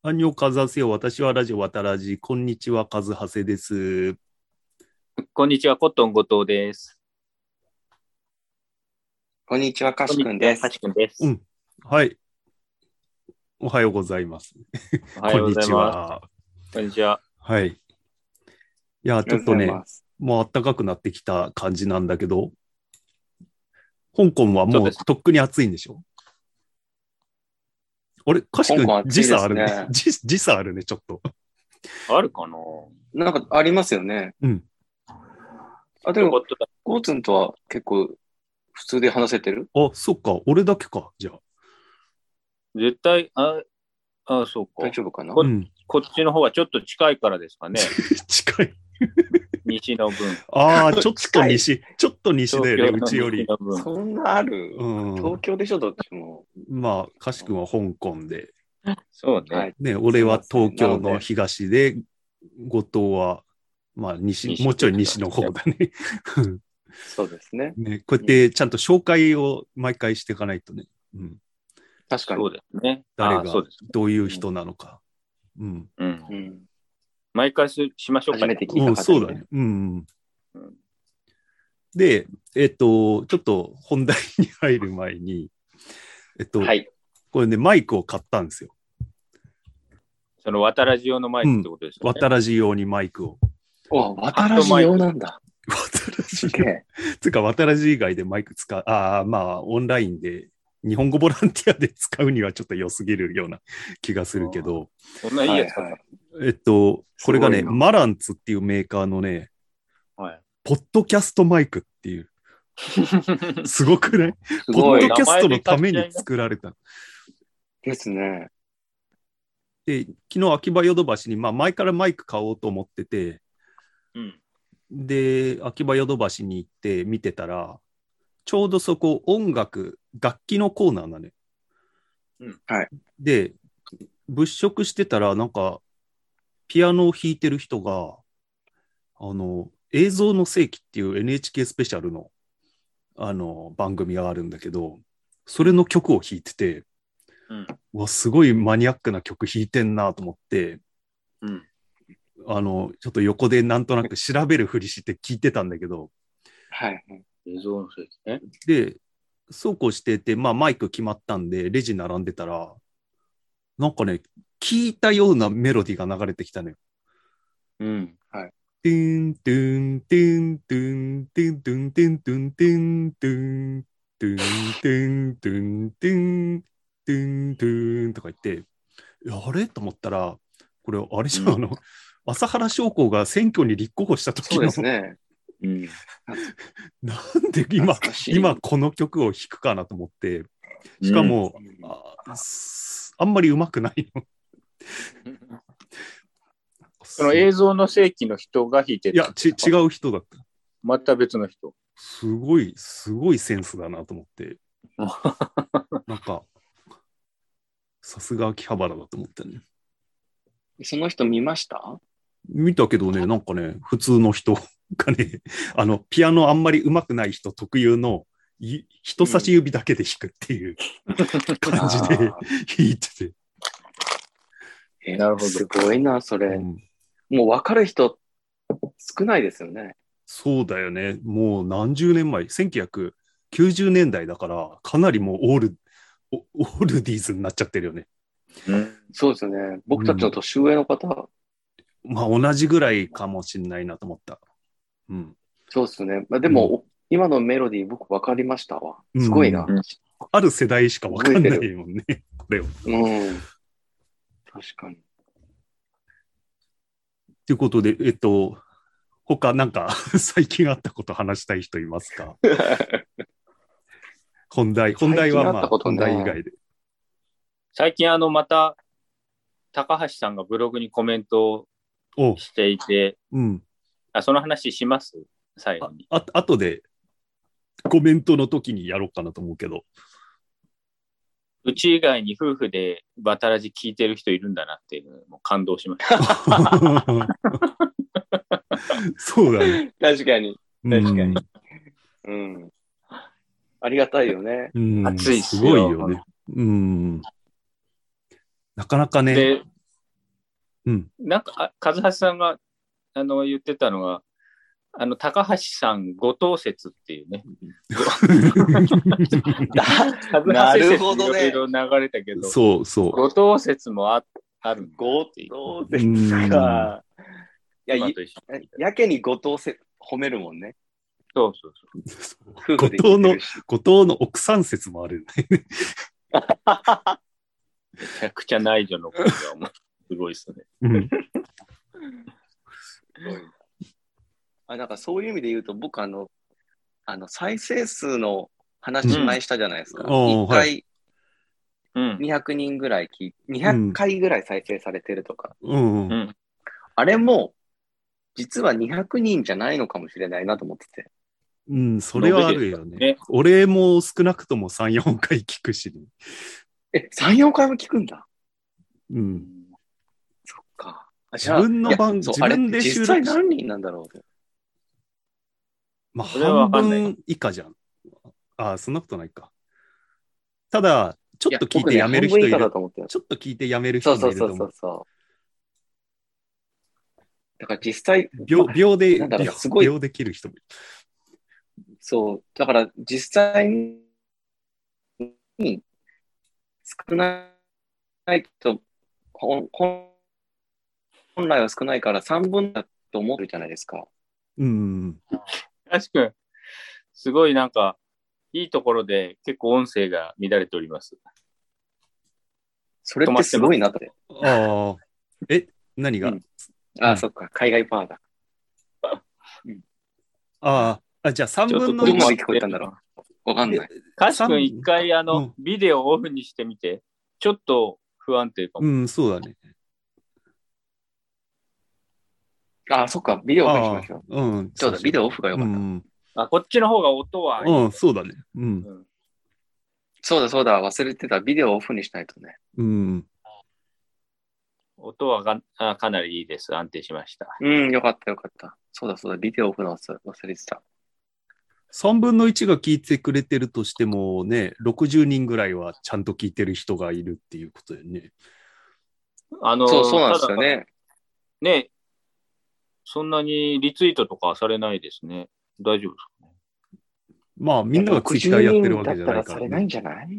アンニョカザセよ。私はラジオ渡らじ。こんにちは、カズハセです。 こんにちは、コットン後藤です。 こんにちは、かこんにちは、 しくんです。 かしくんです。 うん。はい。おはようございます。 おはようごこんにちざいます。 は。 こんにちは。 はい。いや、ちおはようございょっとね、 ます。 もう暖かくなってきた感じなんだけど、香港はもうそうです。 とっくに暑いんでしょ？俺、カシ香君、時港暑いで差あるね。 すね。 時差あるね、ちょっと。 あるかな？ なんかありますよね。 うん。 あ、でも、 よかった。 ゴーツンとは結構普通で話せてる？ あ、そっか。俺だけか。じゃあ。 絶対、そうか。 大丈夫かな？ うん。 こっちの方がちょっと近いからですかね。 近い。 西の分。 ああ、ちょっと近い。 西、ちょっと西だよね、 東京のうちより。 西の分。 そんなある？ うん。 東京でしょ、どっちも。 まあ、カシ君は香港で、 そうね。 はい。 ね、 すい俺はません。な東京のので、 東で、後藤は、まあ西、もうちょい西の方だね。 そうですね。 ね、こうやっうん。 てちゃんと紹介を毎回していかないとね、うん、 確かに。 そうですね。 誰がそうですね。 どういう人なのか。うん、 うん。 うん。 毎回しましょうか、じゃあ。 初めて聞いうん、 た方にね。 そうだね。うん。 うん。 で、ちょっと本題に入る前に、 はい。 これね、マイクを買ったんですよ。 その渡らじ用のマイクってうん。 ことですよね。 渡らじ用にマイクを。 お、 ハ渡らじンドマイク。 用なんだ。 渡らじ用。 すげえ。 つうか、渡らじ以外でマイク使う、まあ、オンラインで、日本語ボランティアで使うにはちょっと良すぎるような気がするけど、 そんないいやつ買ったはいはい。 これがね、 すごいな。 マランツっていうメーカーのね、 の？はい。 ポッドキャストマイクっていう、すごくないポッすごいドキャストの名前でために買っちゃいます。 作られた。 ですね。 で、昨日秋葉ヨドバシに、まあ前からマイク買おうと思ってて、 うん。 で、秋葉ヨドバシに行って見てたら、ちょうどそこ音楽、楽器のコーナーなのよ。 うん。 はい。 で、物色してたら、なんか、ピアノを弾いてる人が、映像の世紀っていう NHK スペシャルの、番組があるんだけど、それの曲を弾いてて、 うん。 すごいマニアックな曲弾いてんなと思って、 うん。 ちょっと横でなんとなく調べるふりして聞いてたんだけど、 はい。 映像のせいですね。 で、そうこうしてて、まあマイク決まったんで、レジ並んでたら、なんかね、聞いたようなメロディーが流れてきたのよ。 うん。 はい。 トゥントゥントゥントゥントゥントゥントゥントゥントゥントゥントゥントゥントゥントゥントゥントゥンとか言って、あれと思ったら、これあれじゃん、 うん。 朝原将校が選挙に立候補したそうで時の、 すね。 うん。 なんで懐かしい。 今この曲を弾くかなと思って、しかうん。 も、あんまり上手くないの。 その映像の世紀の人が弾いていや、違う人だった。 また別の人。 すごいセンスだなと思って、なんか、さすが秋葉原だと思ったね。 その人見ました？ 見たけどね、なんかね、普通の人がね、ピアノあんまり上手くない人特有の人差し指だけで弾くっていう感じで弾いてて。 なるほど。 すごいな、それ。もう分かる人少ないですよね。 そうだよね。もう何十年前、1990年代だから、かなりもうオールディーズになっちゃってるよね。 うん。 そうですよね。僕たちの年上の方、 まあ同じぐらいかもしれないなと思った。うん。 そうですね。まあ、でうんも、今のメロディー僕分かりましたわ。 うん。 すごいな。 ある世代しかわかんない覚えてる。 もんね。これを。 うん。確かに。 ということで、他なんか最近あったこと話したい人いますか？本題はまあ、 最近あったこと本題以ね。 外で。 最近また、高橋さんがブログにコメントをおしていて、 うん。 その話します最後に。 後でコメントの時にやろうかなと思うけど。 うち以外に夫婦でバタラジ聞いてる人いるんだなっていうのも感動しました。 そうだね。 確かに。確かに。 うん。 うん。ありがたいよね。 うん。 暑いっすすよ。 ごいよね。うん。なかなかね、 で、 なんか、和橋さんが、言ってたのが、高橋さん、後藤説っていうね。 なるほどね。 いろいろ流れたけど、 そうそう。 後藤説もあるんだ後っていう。 藤説か。いや、 今と一緒にやけに後藤説褒めるもんね。 そうそうそう。 夫婦で聞いてるし後藤の奥さん説もあるね。 めちゃくちゃ内助の声がもうすごいですね。 うん。 なんかそういう意味で言うと、僕再生数の話前したじゃないですか。 うん 1回うん。 200人ぐらい200回ぐらい再生されてるとか。 うんう。ん。 あれも、実は200人じゃないのかもしれないなと思ってて。 うん、それはあるよ延べですね。 よね俺も少なくとも3、4回聞くしね。 3、4回も聞くんだ。 うん。 そっか。 自分の番、 いやそう自分で収録実際何人なんだろう。 まあ、 それはわ半かんない分以下じゃん。ああ、そんなことないか。ただ、ちょっと聞いてやめる人いる。 いや僕ね半分以下だと思ってる。 ちょっと聞いてやめるそうそう人もいると思う。 そうそう。だから実際、 秒で、 なんだろうすごい秒で切る人もいる。 そう。だから実際に少ないと、本来は少ないから3分だと思ってるじゃないですか。 うん。 確かに、すごいなんか、いいところで結構音声が乱れております。 それってすごいなって。 ああ。何が、 そっか。海外パーだ。 じゃあ3分のどこまで 1。 聞こえたんだろう。わかんない。 かしくん一回んビデオをオフにしてみて、ちょっと不安定かも。 うん、そうだね。 そっか。ビデオオフにしましょう。 うん。 そうだ、ビデオオフがよかった。 うん。 こっちの方が音はいい。 そうだね。うん。 そうだ、そうだ。忘れてた。ビデオオフにしないとね。 うん。 音はかなりいいです。安定しました。 よかったよかった。そうだそうだ。ビデオオフの忘れてた。 3分の1が聞いてくれてるとしてもね、60人ぐらいはちゃんと聞いてる人がいるっていうことだよね。 そうなんですよね。 ね、そんなにリツイートとかされないですね。大丈夫ですかね。 まあ、みんながツイッターやってるわけじゃないから、 だったらされないんじゃない？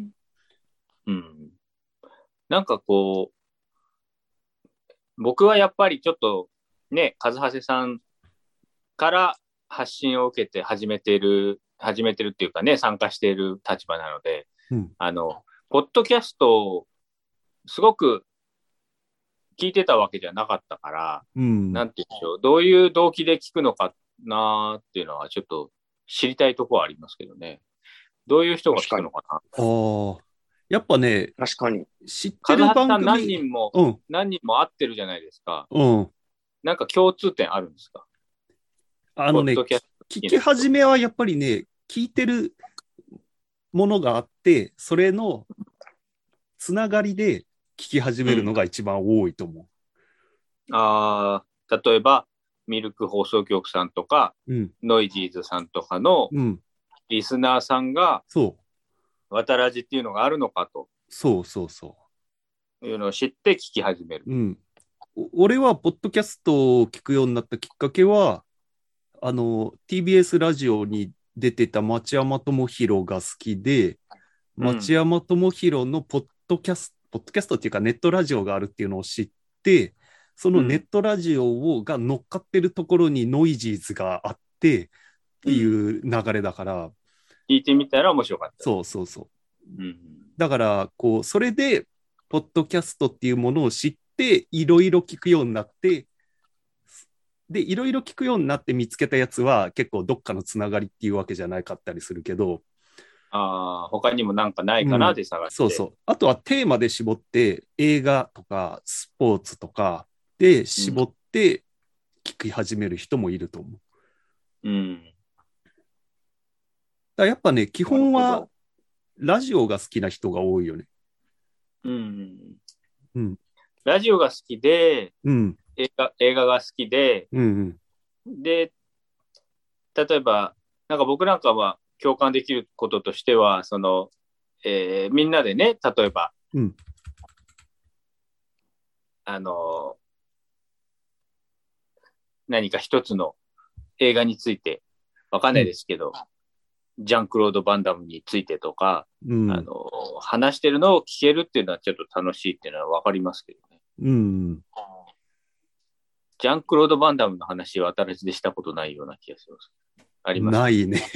なんかこう、僕はやっぱりちょっとね、和橋さんから発信を受けて始めてるっていうかね、参加している立場なので、ポッドキャストをすごく聞いてたわけじゃなかったから、なんていうんでしょう、どういう動機で聞くのかなっていうのはちょっと知りたいところはありますけどね。どういう人が聞くのかな。 やっぱね、 確かに。 知ってる番組何人も会ってるじゃないですか。なんか共通点あるんですか？ 聞き始めはやっぱりね、聞いてるものがあって、それのつながりで聞き始めるのが一番多いと思う。例えば、ミルク放送局さんとか、ノイジーズさんとかのリスナーさんが、わたらじっていうのがあるのかと。いうのを知って聞き始める。 俺はポッドキャストを聞くようになったきっかけは、TBS ラジオに出てた町山智博が好きで、町山智博のポッドキャストっていうかネットラジオがあるっていうのを知って、そのネットラジオが乗っかってるところにノイジーズがあってっていう流れだから。 聞いてみたら面白かった。 そう。だから、それで、ポッドキャストっていうものを知って、いろいろ聞くようになって、で、いろいろ聞くようになって見つけたやつは、結構どっかのつながりっていうわけじゃないかったりするけど、 他にもなんかないかなって探して、 あとはテーマで絞って、映画とかスポーツとかで絞って聞き始める人もいると思う。だやっぱね、基本はラジオが好きな人が多いよね。 ラジオが好きで、映画が好きで、で、例えば、なんか僕なんかは共感できることとしては、みんなでね、例えば、 何か一つの映画について、わかんないですけど、ジャンクロード・バンダムについてとか、話してるのを聞けるっていうのはちょっと楽しいっていうのはわかりますけどね。ジャンクロード・バンダムの話は新しでしたことないような気がします。あります。 ないね。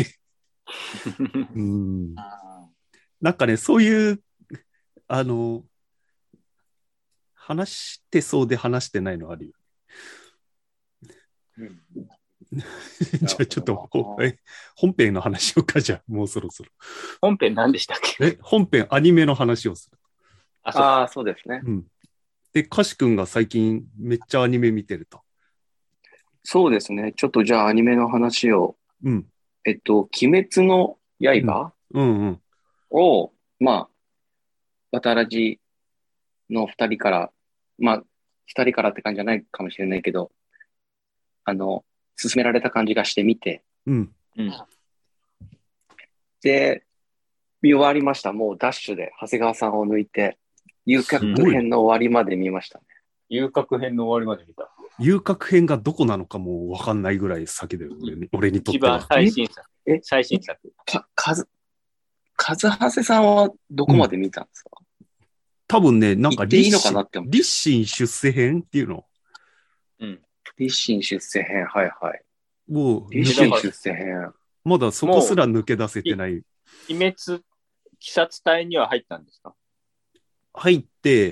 なんかね、そういう、話してそうで話してないのあるよ。じゃあちょっと本編の話をか、じゃあもうそろそろ。 本編何でしたっけ？ 本編アニメの話をする。 そうですね。 で、カシ君が最近めっちゃアニメ見てると。 そうですね。ちょっとじゃあアニメの話を。鬼滅の刃を、渡らじの二人から、二人からって感じじゃないかもしれないけど、進められた感じがしてみて。で、見終わりました。もうダッシュで長谷川さんを抜いて、遊郭編の終わりまで見ましたね。 遊郭編の終わりまで見た。 遊郭編がどこなのかもわかんないぐらい先だよ、俺にとっては。 一番最新作。最新作。 和橋さんはどこまで見たんですか？ 多分ね、なんか立身出世編っていうの。 立身出世編、はいはい。 もう、 立身出世編。 まだそこすら抜け出せてない。 鬼滅、鬼殺隊には入ったんですか？ 入って、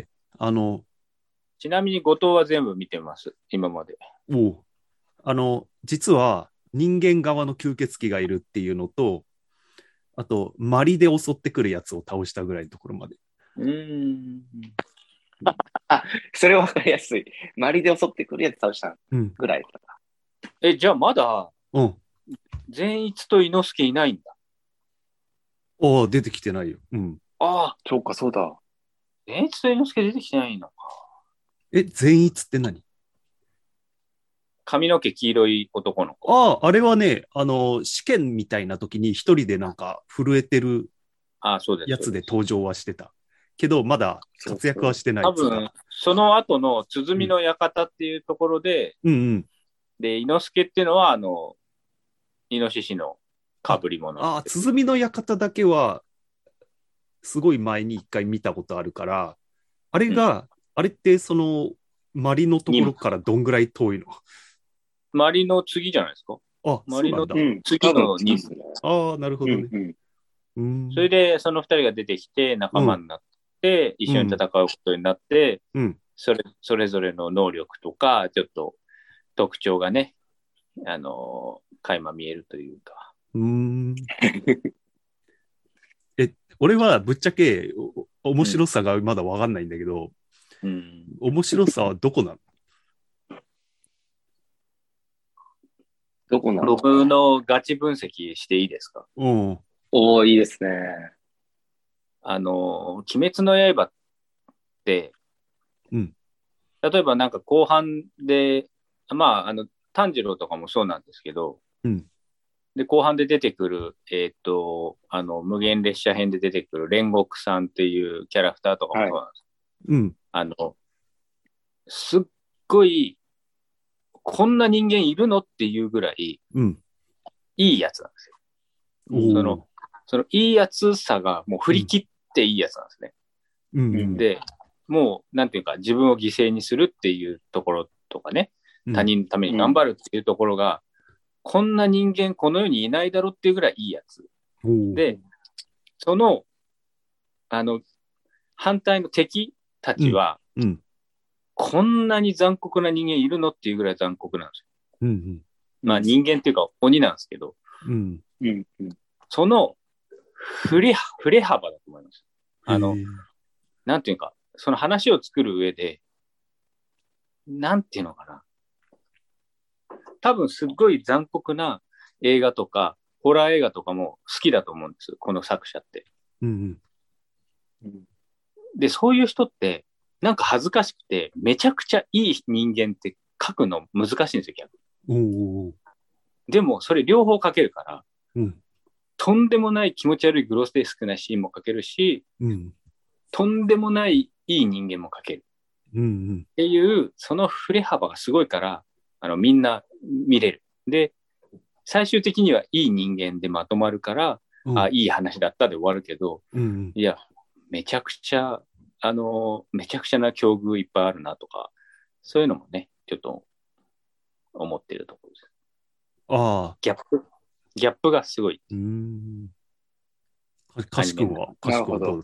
ちなみに後藤は全部見てます、今まで。 実は人間側の吸血鬼がいるっていうのと、あと、鞠で襲ってくるやつを倒したぐらいのところまで。 それはわかりやすい。鞠で襲ってくるやつ倒したぐらいだった。じゃあまだ、善逸と伊之助いないんだ。 出てきてないよ。 そうか、そうだ。 善逸と伊之助出てきてないのか。 善逸って何？ 髪の毛黄色い男の子。 あれはね、試験みたいな時に一人でなんか震えてるやつで登場はしてた。けど、まだ活躍はしてない。 多分、その後の鼓の館っていうところで、で、伊之助っていうのは、イノシシの被り物。 鼓の館だけは、すごい前に一回見たことあるから、あれってその、鞠のところからどんぐらい遠いの？ 鞠の次じゃないですか？鞠の次の2。 なるほどね。 それで、その2人が出てきて、仲間になって、一緒に戦うことになって、それぞれの能力とか、ちょっと特徴がね、垣間見えるというか。 俺はぶっちゃけ面白さがまだわかんないんだけど、面白さはどこなの？ 僕のガチ分析していいですか？ いいですね。 鬼滅の刃って、例えばなんか後半で、炭治郎とかもそうなんですけど、で、後半で出てくる、無限列車編で出てくる煉獄さんっていうキャラクターとかもそうなんです。すっごい、こんな人間いるのっていうぐらい、いいやつなんですよ。そのいいやつさがもう振り切っていいやつなんですね。で、もう、なんていうか、自分を犠牲にするっていうところとかね、他人のために頑張るっていうところが、こんな人間この世にいないだろっていうぐらいいいやつ。で、その、反対の敵たちは、こんなに残酷な人間いるのっていうぐらい残酷なんですよ。人間っていうか鬼なんですけど、その振れ幅だと思います。なんていうか、その話を作る上で、なんていうのかな。多分すっごい残酷な映画とか、ホラー映画とかも好きだと思うんです、この作者って。で、そういう人って、なんか恥ずかしくて、めちゃくちゃいい人間って書くの難しいんですよ、逆。でも、それ両方書けるから、とんでもない気持ち悪いグロステスクなシーンも書けるし、とんでもないいい人間も書ける。っていう、その振れ幅がすごいから、みんな見れる。で、最終的にはいい人間でまとまるから、いい話だったで終わるけど、いや、めちゃくちゃな境遇いっぱいあるなとか、そういうのもね、ちょっと思ってるところです。ギャップがすごい。 かしくんはどうだった？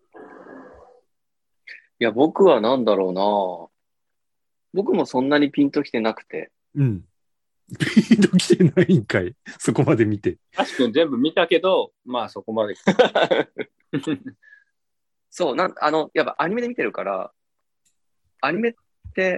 いや、僕はなんだろうな。僕もそんなにピンときてなくて。 ピンときてないんかい。そこまで見て。 かしくん全部見たけど、まあそこまで。 そう、やっぱアニメで見てるから、アニメって、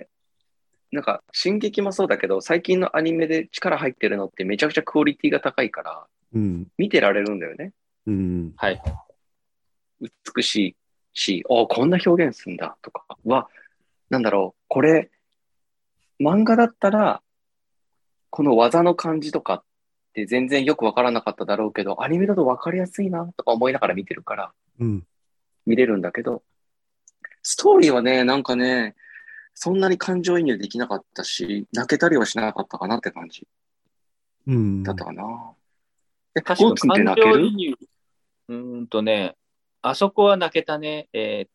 なんか、進撃もそうだけど、最近のアニメで力入ってるのってめちゃくちゃクオリティが高いから、見てられるんだよね。 はい。 美しいし、こんな表現するんだとかは、なんだろう、これ、漫画だったら、この技の感じとかって全然よくわからなかっただろうけど、アニメだとわかりやすいなとか思いながら見てるから、見れるんだけど、ストーリーはね、なんかね、そんなに感情移入できなかったし、泣けたりはしなかったかなって感じ。だったかな。ゴーツンって泣ける？ あそこは泣けたね。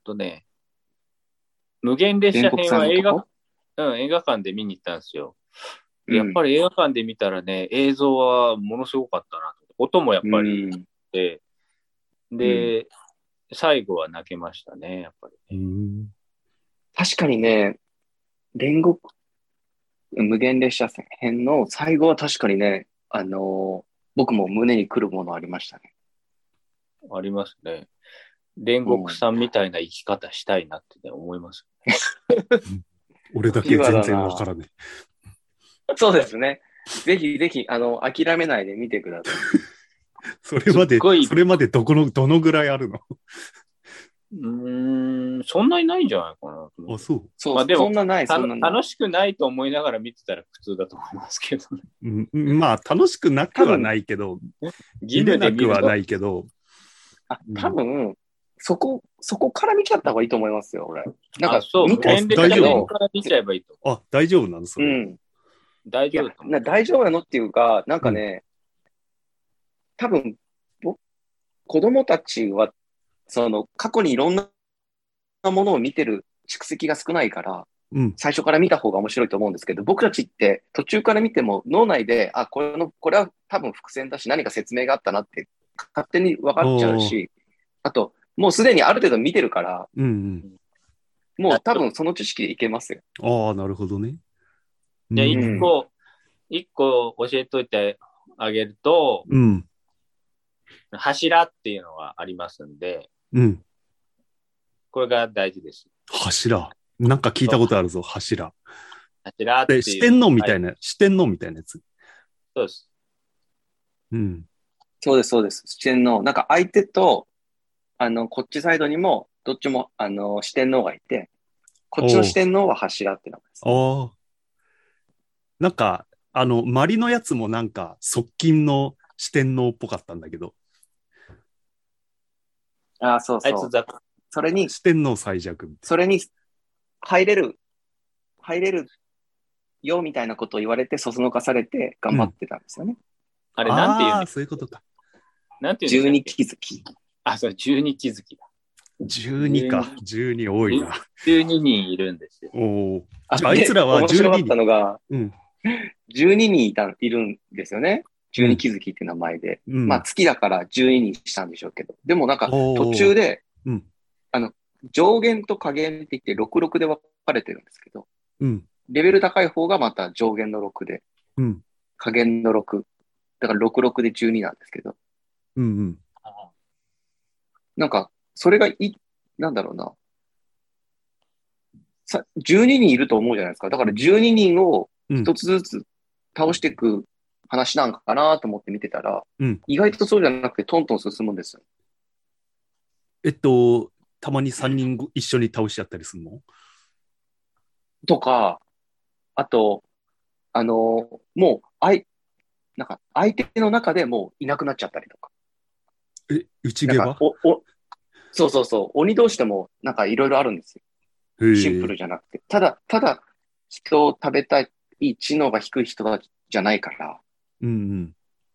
無限列車編は映画館で見に行ったんですよ。やっぱり映画館で見たらね、映像はものすごかったな。音もやっぱりで、最後は泣けましたね、やっぱり、ね。 確かにね、無限列車編の最後は確かにね、僕も胸に来るものありましたね。 ありますね。煉獄さんみたいな生き方したいなって、ね、思います、ね。 俺だけ全然わからない。 そうですね。ぜひぜひ、諦めないで見てください。 それまでどのぐらいあるの？ そんなにないんじゃないかな。 そう。 そう、まあ、でもそんなない。 楽しくないと思いながら見てたら苦痛だと思いますけど、 ね。まあ、楽しくなくはないけど、義務なくはないけど。 多分、そこから見ちゃった方がいいと思いますよ、俺。なんか、 見たいんだけど、から見ちゃえばいいと。 大丈夫なのそれ。 大丈夫。 大丈夫なのっていうか、なんかね、多分、子供たちは、過去にいろんなものを見てる蓄積が少ないから、最初から見た方が面白いと思うんですけど、僕たちって途中から見ても脳内で、これは多分伏線だし、何か説明があったなって勝手に分かっちゃうし、あと、もうすでにある程度見てるから、もう多分その知識でいけますよ。 なるほどね。 じゃあ一個教えといてあげると、柱っていうのがありますんで、これが大事です。 柱。なんか聞いたことあるぞ、柱。 柱っていう。 四天王みたいなやつ。 そうです。 そうです、そうです。四天王。なんか相手と、こっちサイドにも、どっちも、四天王がいて、こっちの四天王は柱って名前です、ね。 なんか、マリのやつもなんか、側近の四天王っぽかったんだけど。 そうそう。それに、 四天王最弱。 それに、入れるよみたいなことを言われて、そそのかされて頑張ってたんですよね。 あれ、なんて言うんそういうことか。 なんて言うん十二気づき。 そう、十二気づきだ。 12か。12多いな。 12人いるんですよ。 あいつらは12人。面白かったのが、12人いるんですよね。十二気づきって名前で。まあ、月だから12にしたんでしょうけど。でもなんか、途中で、上限と下限って言って66で分かれてるんですけど、レベル高い方がまた上限の6で、下限の6。だから66で12なんですけど。なんか、それがなんだろうな。12人いると思うじゃないですか。だから12人を一つずつ倒していく話なんかなと思って見てたら、意外とそうじゃなくてトントン進むんですよ。たまに3人一緒に倒しちゃったりするの？ とか、あと、もう、なんか相手の中でもういなくなっちゃったりとか。 内ゲバ？ そうそうそう。鬼同士でもなんかいろいろあるんですよ。シンプルじゃなくて。ただ、人を食べたい、 いい知能が低い人たちじゃないから。 うんうん。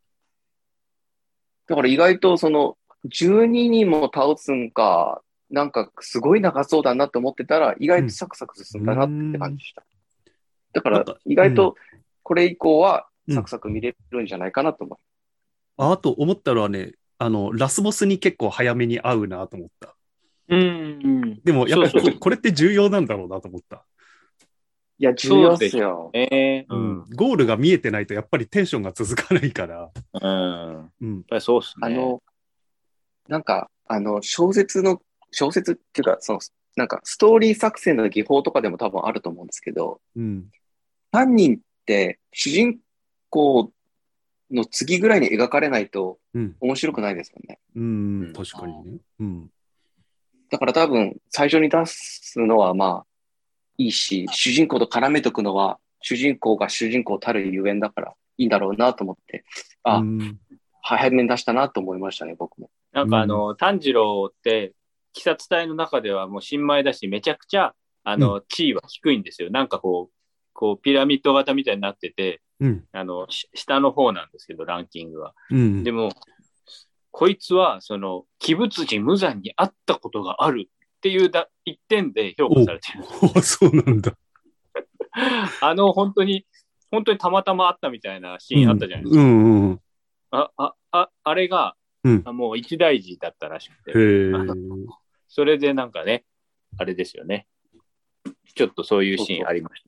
だから意外と12人も倒すんか、なんかすごい長そうだなと思ってたら、意外とサクサク進んだなって感じでした。だから意外とこれ以降はサクサク見れるんじゃないかなと思う。 あと思ったのはね、ラスボスに結構早めに合うなと思った。でもやっぱりこれって重要なんだろうなと思った。 いや、重要ですよ。 ゴールが見えてないとやっぱりテンションが続かないから。 やっぱりそうっすね。 なんか、小説っていうか、なんかストーリー作戦の技法とかでも多分あると思うんですけど、犯人って主人公の次ぐらいに描かれないと面白くないですよね。確かにね。 だから多分最初に出すのはまあいいし、主人公と絡めとくのは主人公が主人公たるゆえんだからいいんだろうなと思って、早めに出したなと思いましたね、僕も。 なんか炭治郎って鬼殺隊の中ではもう新米だし、めちゃくちゃ地位は低いんですよ。なんかこうピラミッド型みたいになってて、下の方なんですけど、ランキングは。でも、こいつは、鬼仏寺無惨に会ったことがあるっていう一点で評価されてる。そうなんだ。 本当にたまたま会ったみたいなシーンあったじゃないですか。あれが、もう一大事だったらしくて。それでなんかね、あれですよね。ちょっとそういうシーンありました。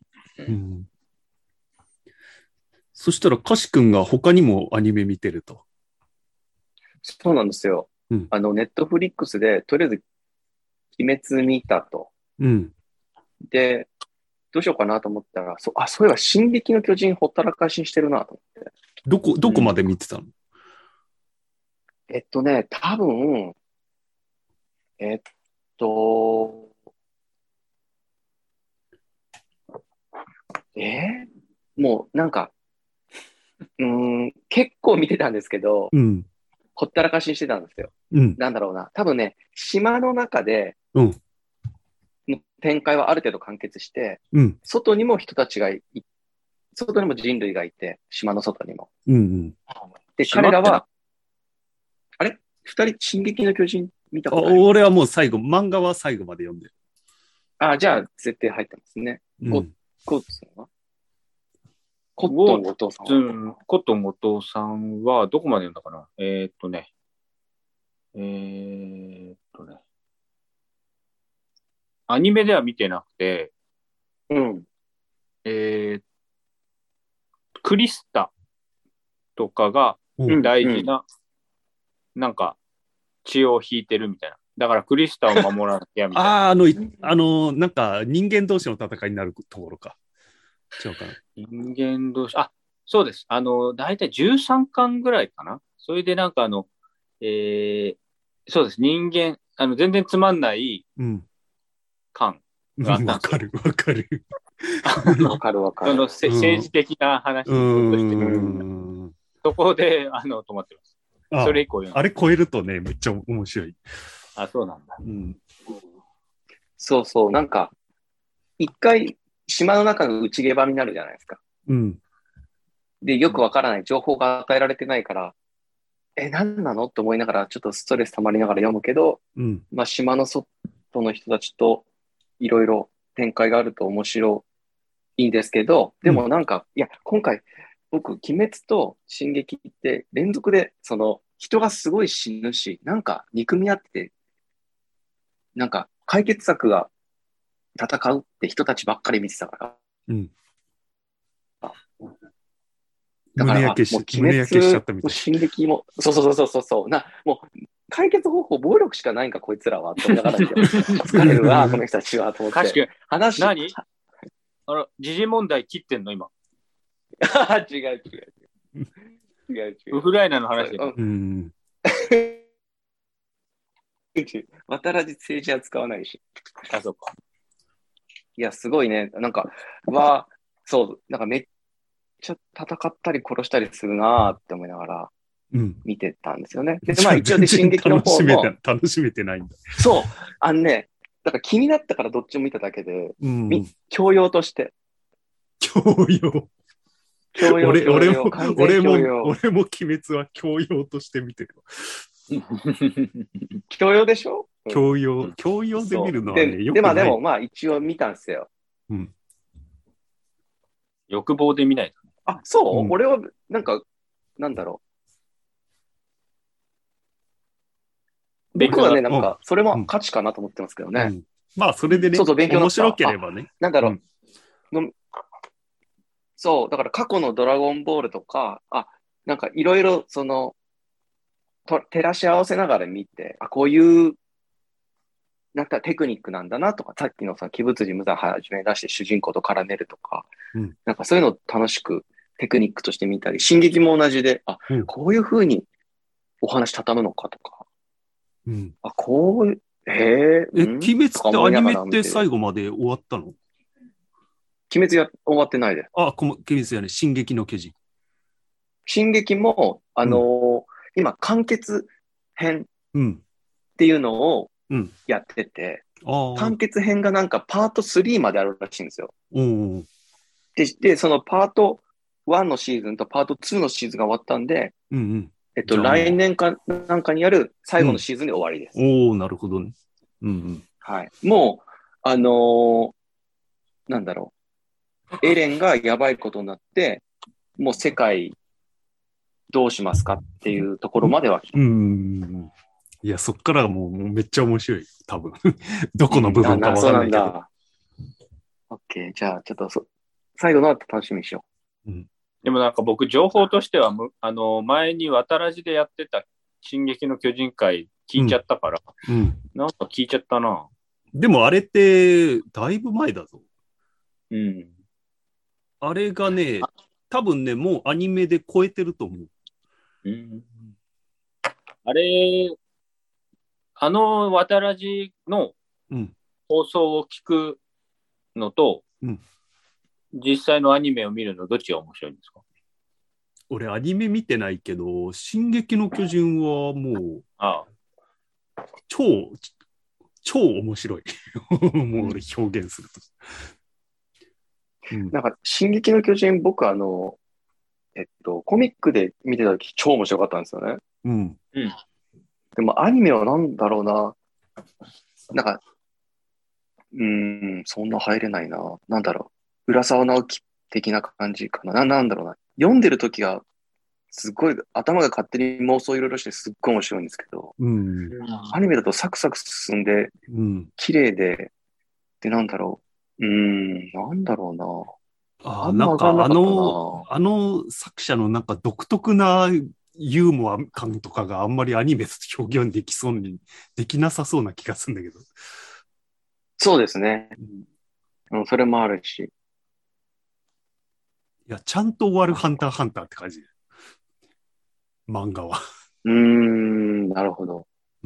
そしたら、カシ君が他にもアニメ見てると。 そうなんですよ。ネットフリックスで、とりあえず、鬼滅見たと。で、どうしようかなと思ったら、そういえば、進撃の巨人ほったらかしにしてるなと思って。 どこまで見てたの？ 多分、もうなんか、結構見てたんですけど、ほったらかしにしてたんですよ。なんだろうな。多分ね、島の中で、展開はある程度完結して、外にも人たちが外にも人類がいて、島の外にも。で、彼らは、あれ二人、進撃の巨人見たことある？ 俺はもう漫画は最後まで読んでる。 じゃあ、設定入ってますね。コットンはコットン後藤さんはコットン後藤さんは、どこまで読んだかな？アニメでは見てなくて、クリスタとかが大事な、なんか、血を引いてるみたいな。だからクリスタを守らなきゃみたいな。 なんか人間同士の戦いになるところか。違うかな。 人間同士、そうです。だいたい13巻ぐらいかな。それでなんかそうです。人間、全然つまんない巻があったんですよ。 わかる。 わかる。 政治的な話をしてる。そこで、止まってます。それ以降あれ超えるとね、めっちゃ面白い。 そうなんだ。 そうそう。なんか、一回、島の中の内ゲバになるじゃないですか。で、よくわからない情報が与えられてないから、何なのって思いながら、ちょっとストレス溜まりながら読むけど、まあ、島の外の人たちといろいろ展開があると面白いんですけど、でもなんか、いや、今回、僕、鬼滅と進撃って連続で、人がすごい死ぬし、なんか憎み合ってて、なんか解決策が戦うって人たちばっかり見てたから。だから、もう鬼滅しちゃったみたいな。 進撃も、そう。もう、解決方法、暴力しかないんか、こいつらは。と思いながら、疲れるわ、この人たちは、と思って。 確かに。何時事問題切ってんの、今。 違う。 ウクライナの話で。 渡らじ政治は使わないし。 そうか。 いや、すごいね。なんか、なんかめっちゃ戦ったり殺したりするなーって思いながら見てたんですよね。で、まあ一応で進撃の方も。 楽しめてないんだ。 そう。だから気になったからどっちも見ただけで、教養として。 教養。 教養、 俺も鬼滅は教養として見てる。 教養でしょ？ 教養で見るのはね、よくない。 でもまあ一応見たんですよ。 うん。 欲望で見ない。 あ、そう、俺は、なんか、なんだろう。僕はね、なんか、それも価値かなと思ってますけどね。 まあ、それでね、面白ければね。 なんだろう。そう、だから過去のドラゴンボールとか、なんかいろいろ、照らし合わせながら見て、こういう、なんかテクニックなんだなとか、さっきの鬼舞辻無惨はじめ出して主人公と絡めるとか、なんかそういうのを楽しくテクニックとして見たり、進撃も同じで、こういう風にお話畳むのかとか、こういう、 鬼滅ってアニメって最後まで終わったの？ 鬼滅終わってないです。 鬼滅やね、進撃の巨人。 進撃も、今、完結編っていうのをやってて、完結編がなんかパート3まであるらしいんですよ。で、そのパート1のシーズンとパート2のシーズンが終わったんで、来年かなんかにやる最後のシーズンで終わりです。 なるほどね。 はい。もう、なんだろう。エレンがやばいことになって、もう世界どうしますかっていうところまでは来た。 いや、そっからもうめっちゃ面白い。多分。どこの部分かわかんないけど。 そうなんだ。オッケー。じゃあ、ちょっと最後の後楽しみにしよう。でもなんか僕、情報としては、前に渡らじでやってた進撃の巨人会聞いちゃったから、なんか聞いちゃったな。 でもあれって、だいぶ前だぞ。 うん。 あれがね、多分ね、もうアニメで超えてると思う。 あれ、渡らじの放送を聞くのと、実際のアニメを見るの、どっちが面白いんですか？ 俺、アニメ見てないけど、進撃の巨人はもう、超面白い。もう俺表現すると。 なんか、進撃の巨人、僕コミックで見てた時超面白かったんですよね。でもアニメはなんだろうな。なんか、そんな入れないな。なんだろう。浦沢直樹的な感じかな。なんだろうな。読んでる時が、すっごい、頭が勝手に妄想いろいろしてすっごい面白いんですけど、アニメだとサクサク進んで、綺麗で、なんだろう。なんだろうな。 なんかあの作者のなんか独特なユーモア感とかがあんまりアニメで表現できなさそうな気がするんだけど。 そうですね。それもあるし。 いや、ちゃんと終わるハンターハンターって感じ。漫画は。 なるほど。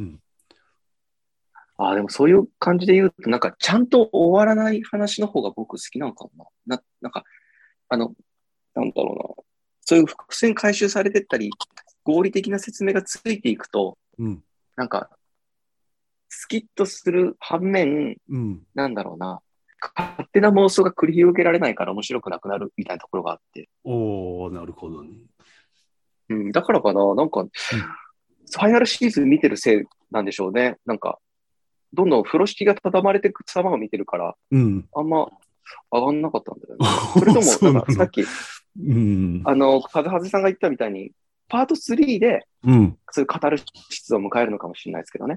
でもそういう感じで言うと、なんかちゃんと終わらない話の方が僕好きなのかもな。なんか、なんだろうな。そういう伏線回収されてったり、合理的な説明がついていくと、なんか、スキッとする反面、なんだろうな。勝手な妄想が繰り広げられないから面白くなくなるみたいなところがあって。 なるほどね。 だからかな。なんか、ファイナルシーズン見てるせいなんでしょうね。なんか、どんどん風呂敷が畳まれていく様を見てるから、あんま上がんなかったんだよね。それとも、なんかさっき、カズハゼさんが言ったみたいに、パート3で、そういう語る質を迎えるのかもしれないですけどね。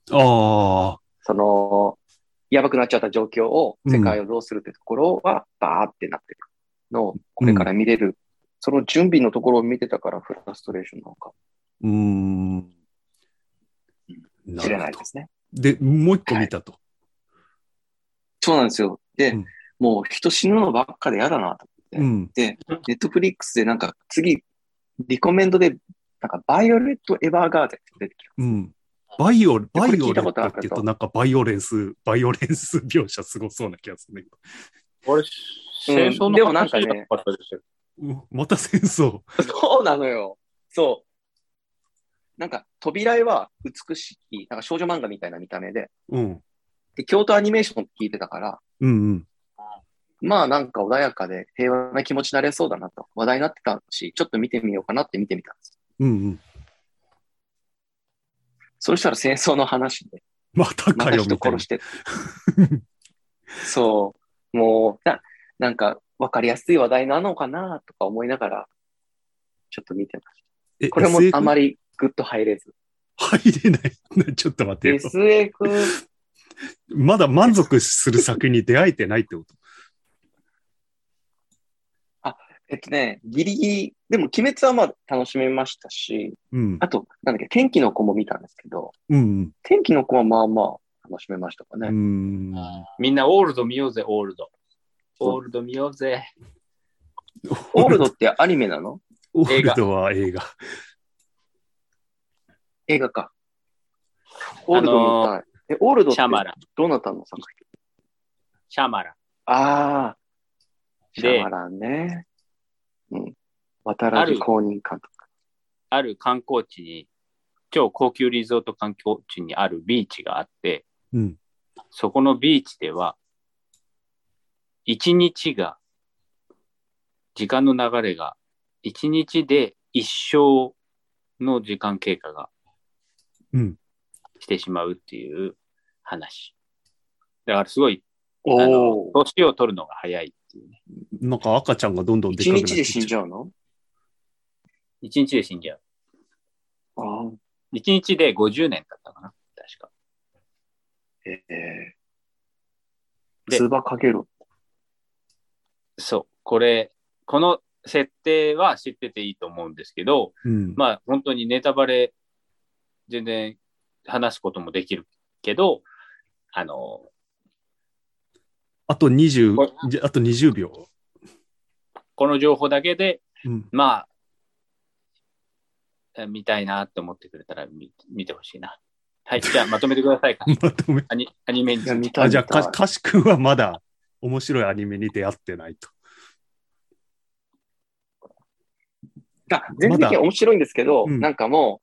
やばくなっちゃった状況を、世界をどうするってところは、バーってなってるのを、これから見れる。その準備のところを見てたから、フラストレーションなのか。知れないですね。 で、もう一個見たと。 そうなんですよ。で、もう人死ぬのばっかで嫌だなと思って。で、ネットフリックスでなんか次、リコメンドで、なんかバイオレット・エヴァーガーデンって出てきた。 バイオレットって言うとなんかバイオレンス描写すごそうな気がするんだけど。俺、戦争の話じゃなかったですよ。 また戦争。 そうなのよ。そう。なんか、扉絵は美しい、なんか少女漫画みたいな見た目で、で、京都アニメーションって聞いてたから、 まあなんか穏やかで平和な気持ちになれそうだなと話題になってたし、ちょっと見てみようかなって見てみたんです。 うんうん。 そうしたら戦争の話で。 またかよみたいな。 人殺して。そう。もう、なんか分かりやすい話題なのかなとか思いながら、ちょっと見てました。これもあまりグッと入れず。 入れない。ちょっと待ってよ。 SF。 まだ満足する作品に出会えてないってこと？ ギリギリ、でも鬼滅はまあ楽しめましたし、 うん、 あと、なんだっけ、天気の子も見たんですけど、 うん、 天気の子はまあまあ楽しめましたかね。 みんなオールド見ようぜ、オールド。オールド見ようぜ。 オールドってアニメなの？ オールドは映画。 映画か。オールド見たい。オールドってどなたの作品？ シャマラン。 ああ、シャマランね。うん。渡辺公認監督。 ある観光地に、超高級リゾート観光地にあるビーチがあって、 うん、 そこのビーチでは、一日が、時間の流れが、一日で一生の時間経過が、してしまうっていう話。だからすごい、年を取るのが早いっていうね。 なんか赤ちゃんがどんどんでかくなって一日で死んじゃうの？ 一日で死んじゃう。 ああ。 一日で50年だったかな、確か。 通話かけろ。 そう、この設定は知ってていいと思うんですけど、まあ本当にネタバレ全然話すこともできるけど、あと20秒。 この情報だけで、まあ、見たいなって思ってくれたら見てほしいな。はい、じゃあまとめてくださいか。アニメについて。 じゃあ、かしくんはまだ面白いアニメに出会ってないと。 全然面白いんですけど、なんかも